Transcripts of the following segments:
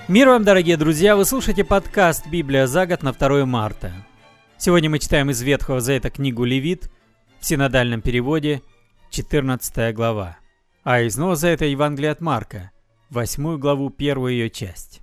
Мир вам, дорогие друзья! Вы слушаете подкаст «Библия за год» на 2 марта. Сегодня мы читаем из Ветхого Завета книгу Левит в синодальном переводе, 14 глава. А из Нового Завета Евангелие от Марка, 8 главу, первую ее часть.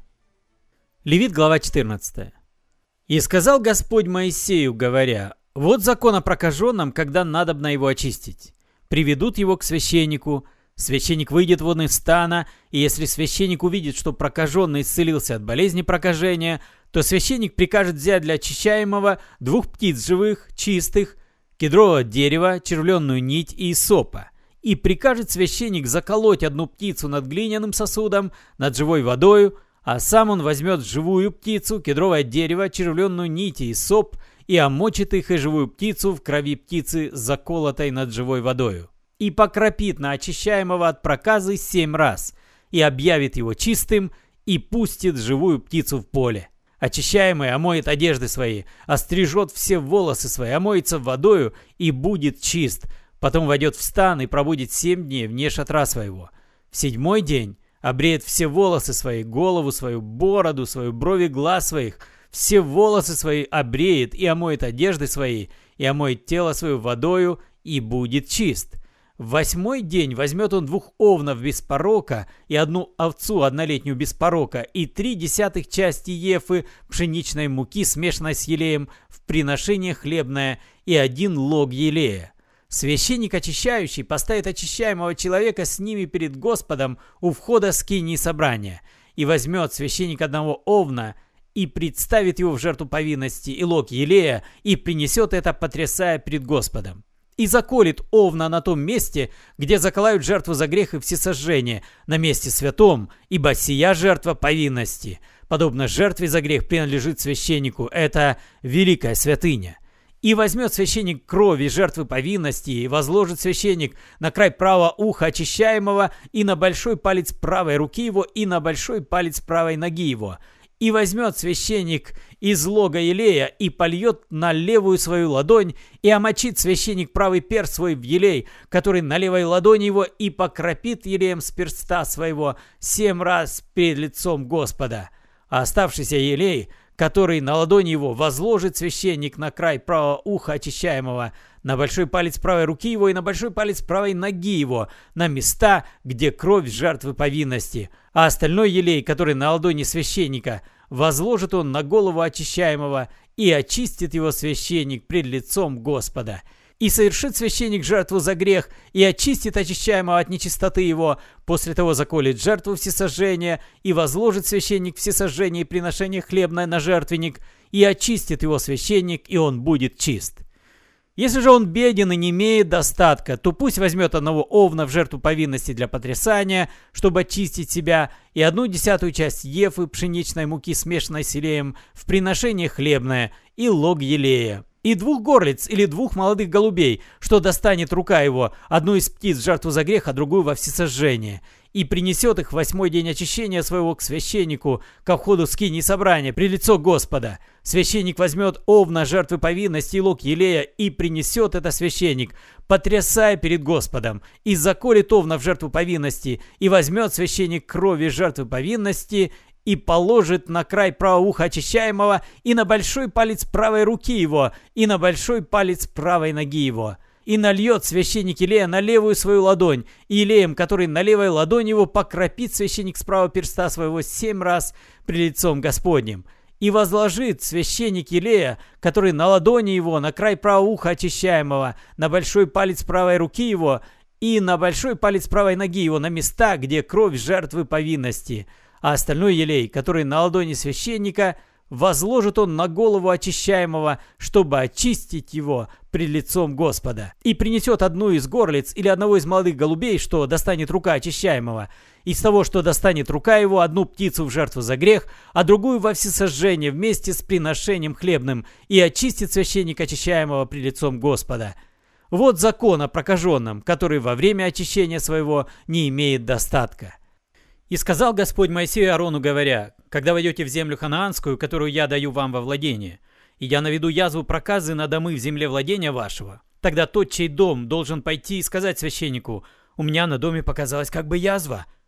Левит, глава 14. «И сказал Господь Моисею, говоря: вот закон о прокаженном, когда надобно его очистить. Приведут его к священнику. Священник выйдет вон из стана, и если священник увидит, что прокаженный исцелился от болезни прокажения, то священник прикажет взять для очищаемого 2 птиц живых, чистых, кедрового дерева, червленную нить и иссопа. И прикажет священник заколоть 1 птицу над глиняным сосудом, над живой водою, а сам он возьмет живую птицу, кедровое дерево, червленную нить и иссоп, и омочит их и живую птицу в крови птицы, заколотой над живой водою. И покропит на очищаемого от проказы 7 раз, и объявит его чистым, и пустит живую птицу в поле. Очищаемый омоет одежды свои, острижет все волосы свои, омоется водою и будет чист. Потом войдет в стан и пробудет 7 дней вне шатра своего. В 7-й день обреет все волосы свои, голову свою, бороду свою, брови глаз своих, все волосы свои обреет и омоет одежды свои, и омоет тело свое водою, и будет чист. В 8-й день возьмет он 2 овнов без порока и 1 овцу однолетнюю без порока и 3/10 части ефы пшеничной муки, смешанной с елеем, в приношение хлебное, и 1 лог елея. Священник очищающий поставит очищаемого человека с ними перед Господом у входа скинии собрания, и возьмет священник 1 овна и представит его в жертву повинности и лог елея, и принесет это, потрясая пред Господом. И заколет овна на том месте, где заколают жертву за грех и всесожжение, на месте святом, ибо сия жертва повинности, подобно жертве за грех, принадлежит священнику, это великая святыня. И возьмет священник крови жертвы повинности, и возложит священник на край правого уха очищаемого, и на большой палец правой руки его, и на большой палец правой ноги его. И возьмет священник из лога елея и польет на левую свою ладонь, и омочит священник правый перст свой в елей, который на левой ладони его, и покропит елеем с перста своего 7 раз перед лицом Господа. А оставшийся елей, который на ладони его, возложит священник на край правого уха очищаемого, на большой палец правой руки его и на большой палец правой ноги его, на места, где кровь жертвы повинности. А остальной елей, который на ладони священника, возложит он на голову очищаемого, и очистит его священник пред лицом Господа. И совершит священник жертву за грех, и очистит очищаемого от нечистоты его, после того заколет жертву всесожжения, и возложит священник всесожжение и приношение хлебное на жертвенник, и очистит его священник, и он будет чист. Если же он беден и не имеет достатка, то пусть возьмет 1 овна в жертву повинности для потрясания, чтобы очистить себя, и 1/10 часть ефы пшеничной муки, смешанной с елеем, в приношение хлебное, и лог елея. И 2 горлиц или 2 молодых голубей, что достанет рука его, 1 из птиц в жертву за грех, а другую во всесожжение. И принесет их в 8-й день очищения своего к священнику, ко входу скинии собрания, при лицо Господа. Священник возьмет овна жертвы повинности и лог елея, и принесет это священник, потрясая перед Господом, и заколет овна в жертву повинности, и возьмет священник крови жертвы повинности, и положит на край правого уха очищаемого, и на большой палец правой руки его, и на большой палец правой ноги его. И нальет священник елея на левую свою ладонь, и елеем, который на левой ладони его, покропит священник с правого перста своего 7 раз пред лицом Господним. И возложит священник елея, который на ладони его, на край правого уха очищаемого, на большой палец правой руки его, и на большой палец правой ноги его, на места, где кровь жертвы повинности. А остальной елей, который на ладони священника, возложит он на голову очищаемого, чтобы очистить его пред лицом Господа. И принесет 1 из горлиц или 1 из молодых голубей, что достанет рука очищаемого. Из того, что достанет рука его, 1 птицу в жертву за грех, а другую во всесожжение вместе с приношением хлебным, и очистит священник очищаемого пред лицом Господа. Вот закон о прокаженном, который во время очищения своего не имеет достатка. «И сказал Господь Моисею и Аарону, говоря: когда войдете в землю ханаанскую, которую я даю вам во владение, и я наведу язву проказы на домы в земле владения вашего, тогда тот, чей дом, должен пойти и сказать священнику: у меня на доме показалась как бы язва.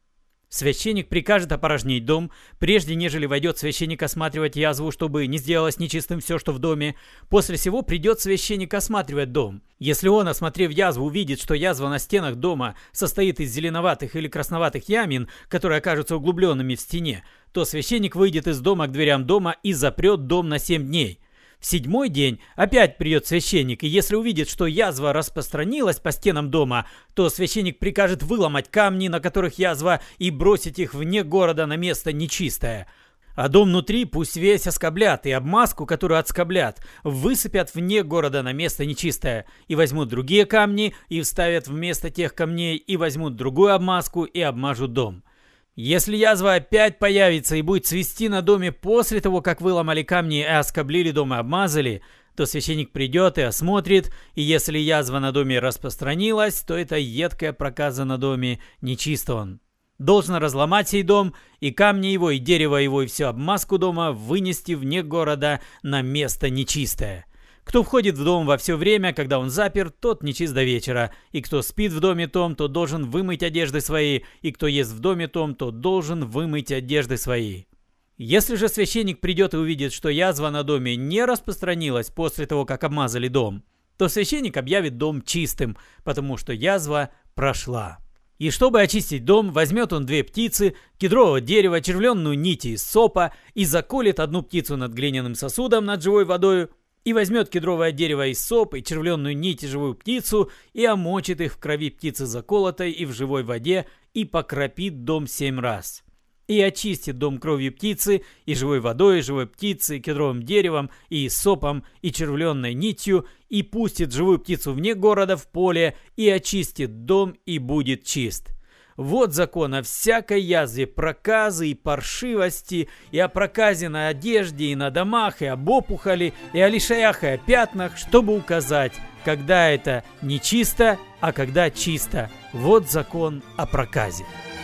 Священник прикажет опорожнить дом, прежде нежели войдет священник осматривать язву, чтобы не сделалось нечистым все, что в доме. После сего придет священник осматривать дом. Если он, осмотрев язву, увидит, что язва на стенах дома состоит из зеленоватых или красноватых ямин, которые окажутся углубленными в стене, то священник выйдет из дома к дверям дома и запрет дом на 7 дней. В 7-й день опять придет священник, и если увидит, что язва распространилась по стенам дома, то священник прикажет выломать камни, на которых язва, и бросить их вне города на место нечистое. А дом внутри пусть весь оскоблят, и обмазку, которую отскоблят, высыпят вне города на место нечистое, и возьмут другие камни, и вставят вместо тех камней, и возьмут другую обмазку, и обмажут дом. Если язва опять появится и будет цвести на доме после того, как выломали камни и оскоблили дом и обмазали, то священник придет и осмотрит, и если язва на доме распространилась, то это едкая проказа на доме, нечист он. Должен разломать сей дом, и камни его, и дерево его, и всю обмазку дома вынести вне города на место нечистое. Кто входит в дом во все время, когда он заперт, тот нечист до вечера, и кто спит в доме том, тот должен вымыть одежды свои, и кто ест в доме том, тот должен вымыть одежды свои. Если же священник придет и увидит, что язва на доме не распространилась после того, как обмазали дом, то священник объявит дом чистым, потому что язва прошла. И чтобы очистить дом, возьмет он 2 птицы, кедрового дерева, червленную нить из сопа, и заколет одну птицу над глиняным сосудом над живой водою, и возьмет кедровое дерево из соп, и червленную нить и живую птицу, и омочит их в крови птицы заколотой и в живой воде, и покропит дом 7 раз. И очистит дом кровью птицы, и живой водой, и живой птицей, и кедровым деревом, и сопом, и червленной нитью, и пустит живую птицу вне города в поле, и очистит дом, и будет чист. Вот закон о всякой язве, проказы и паршивости, и о проказе на одежде, и на домах, и об опухоли, и о лишаях, и о пятнах, чтобы указать, когда это нечисто, а когда чисто. Вот закон о проказе.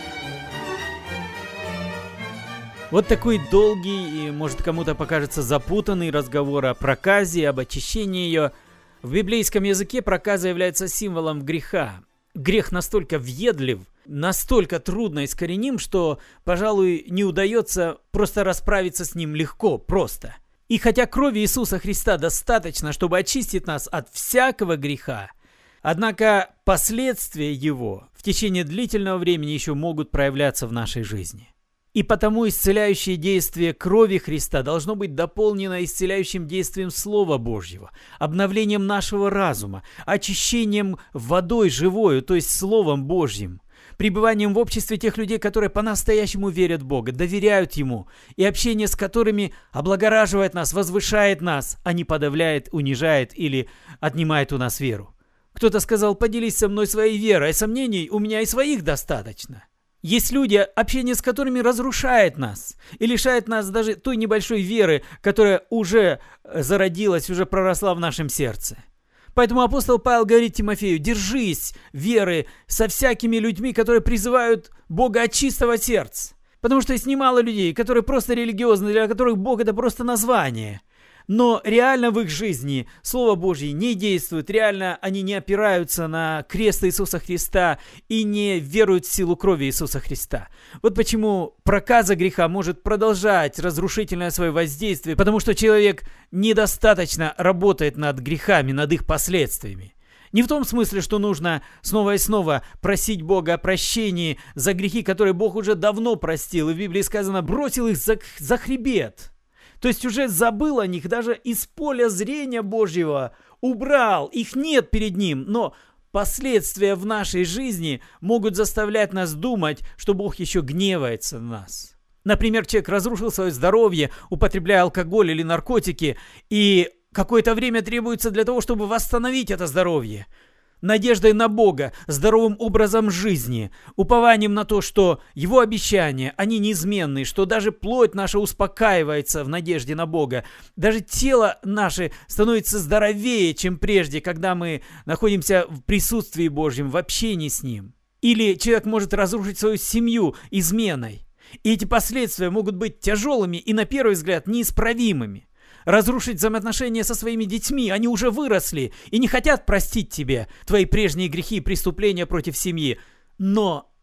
Вот такой долгий и, может, кому-то покажется запутанный разговор о проказе и об очищении ее. В библейском языке проказа является символом греха. Грех настолько въедлив, настолько трудно искореним, что, пожалуй, не удается просто расправиться с ним легко, просто. И хотя крови Иисуса Христа достаточно, чтобы очистить нас от всякого греха, однако последствия его в течение длительного времени еще могут проявляться в нашей жизни. И потому исцеляющее действие крови Христа должно быть дополнено исцеляющим действием Слова Божьего, обновлением нашего разума, очищением водой живою, то есть Словом Божьим, пребыванием в обществе тех людей, которые по-настоящему верят в Бога, доверяют Ему, и общение с которыми облагораживает нас, возвышает нас, а не подавляет, унижает или отнимает у нас веру. Кто-то сказал: «Поделись со мной своей верой, сомнений у меня и своих достаточно». Есть люди, общение с которыми разрушает нас и лишает нас даже той небольшой веры, которая уже зародилась, уже проросла в нашем сердце. Поэтому апостол Павел говорит Тимофею: держись веры со всякими людьми, которые призывают Бога от чистого сердца. Потому что есть немало людей, которые просто религиозны, для которых Бог — это просто название. Но реально в их жизни Слово Божье не действует, реально они не опираются на крест Иисуса Христа и не веруют в силу крови Иисуса Христа. Вот почему проказа греха может продолжать разрушительное свое воздействие, потому что человек недостаточно работает над грехами, над их последствиями. Не в том смысле, что нужно снова и снова просить Бога о прощении за грехи, которые Бог уже давно простил, и в Библии сказано: бросил их за хребет. То есть уже забыл о них, даже из поля зрения Божьего убрал, их нет перед ним. Но последствия в нашей жизни могут заставлять нас думать, что Бог еще гневается на нас. Например, человек разрушил свое здоровье, употребляя алкоголь или наркотики, и какое-то время требуется для того, чтобы восстановить это здоровье. Надеждой на Бога, здоровым образом жизни, упованием на то, что Его обещания, они неизменны, что даже плоть наша успокаивается в надежде на Бога, даже тело наше становится здоровее, чем прежде, когда мы находимся в присутствии Божьем, в общении с Ним. Или человек может разрушить свою семью изменой, и эти последствия могут быть тяжелыми и, на первый взгляд, неисправимыми. Разрушить взаимоотношения со своими детьми, они уже выросли и не хотят простить тебе твои прежние грехи и преступления против семьи. Но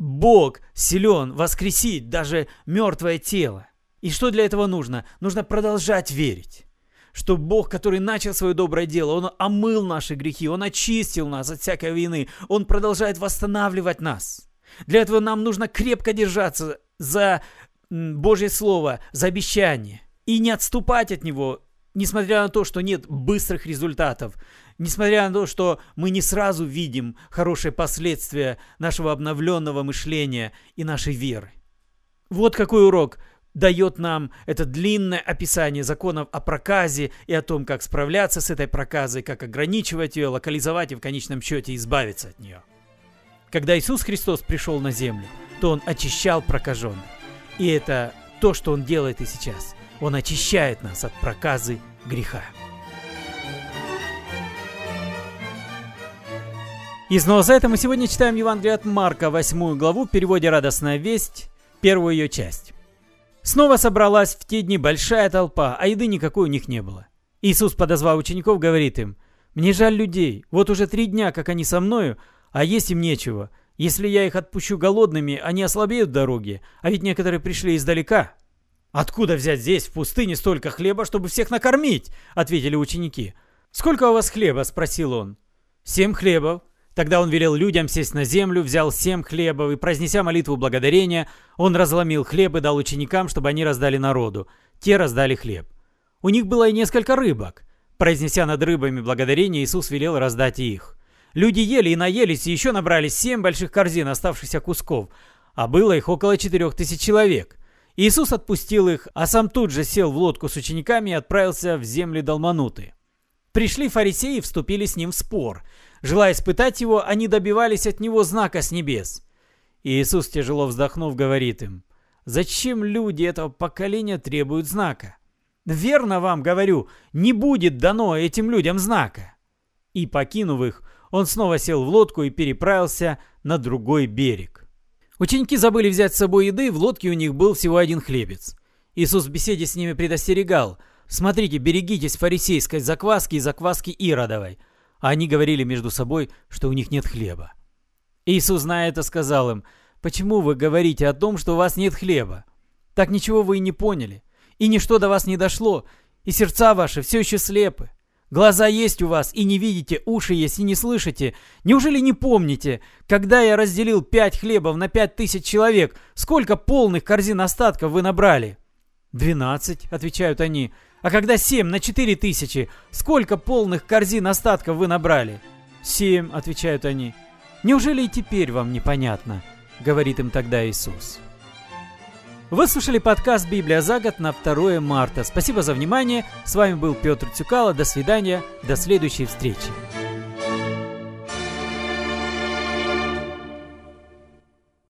Бог силен воскресить даже мертвое тело. И что для этого нужно? Нужно продолжать верить, что Бог, который начал свое доброе дело, Он омыл наши грехи, Он очистил нас от всякой вины, Он продолжает восстанавливать нас. Для этого нам нужно крепко держаться за Божье Слово, за обещание и не отступать от него, несмотря на то, что нет быстрых результатов, несмотря на то, что мы не сразу видим хорошие последствия нашего обновленного мышления и нашей веры. Вот какой урок дает нам это длинное описание законов о проказе и о том, как справляться с этой проказой, как ограничивать ее, локализовать и в конечном счете избавиться от нее. Когда Иисус Христос пришел на землю, то Он очищал прокаженных. И это то, что Он делает и сейчас. Он очищает нас от проказы греха. И снова за это мы сегодня читаем Евангелие от Марка, 8 главу, в переводе «Радостная весть», первую ее часть. Снова собралась в те дни большая толпа, а еды никакой у них не было. Иисус, подозвав учеников, говорит им: «Мне жаль людей, вот уже 3 дня, как они со мною, а есть им нечего. Если я их отпущу голодными, они ослабеют в дороге, а ведь некоторые пришли издалека». «Откуда взять здесь, в пустыне, столько хлеба, чтобы всех накормить?» — ответили ученики. «Сколько у вас хлеба?» — спросил он. 7 хлебов. Тогда он велел людям сесть на землю, взял 7 хлебов и, произнеся молитву благодарения, он разломил хлеб и дал ученикам, чтобы они раздали народу. Те раздали хлеб. У них было и несколько рыбок. Произнеся над рыбами благодарение, Иисус велел раздать и их. Люди ели и наелись, и еще набрали 7 больших корзин оставшихся кусков, а было их около 4000 человек. Иисус отпустил их, а сам тут же сел в лодку с учениками и отправился в земли Далмануты. Пришли фарисеи и вступили с ним в спор. Желая испытать его, они добивались от него знака с небес. И Иисус, тяжело вздохнув, говорит им: «Зачем люди этого поколения требуют знака? Верно вам говорю, не будет дано этим людям знака». И, покинув их, он снова сел в лодку и переправился на другой берег. Ученики забыли взять с собой еды, в лодке у них был всего 1 хлебец. Иисус в беседе с ними предостерегал: «Смотрите, берегитесь фарисейской закваски и закваски Иродовой». А они говорили между собой, что у них нет хлеба. Иисус, зная это, сказал им: «Почему вы говорите о том, что у вас нет хлеба? Так ничего вы и не поняли, и ничто до вас не дошло, и сердца ваши все еще слепы. Глаза есть у вас, и не видите, уши есть, и не слышите. Неужели не помните, когда я разделил 5 хлебов на 5000 человек, сколько полных корзин остатков вы набрали?» 12, отвечают они. «А когда 7 на 4000, сколько полных корзин остатков вы набрали?» 7, отвечают они. «Неужели и теперь вам непонятно?» — говорит им тогда Иисус. Вы слушали подкаст «Библия за год» на 2 марта. Спасибо за внимание. С вами был Петр Цюкало. До свидания. До следующей встречи.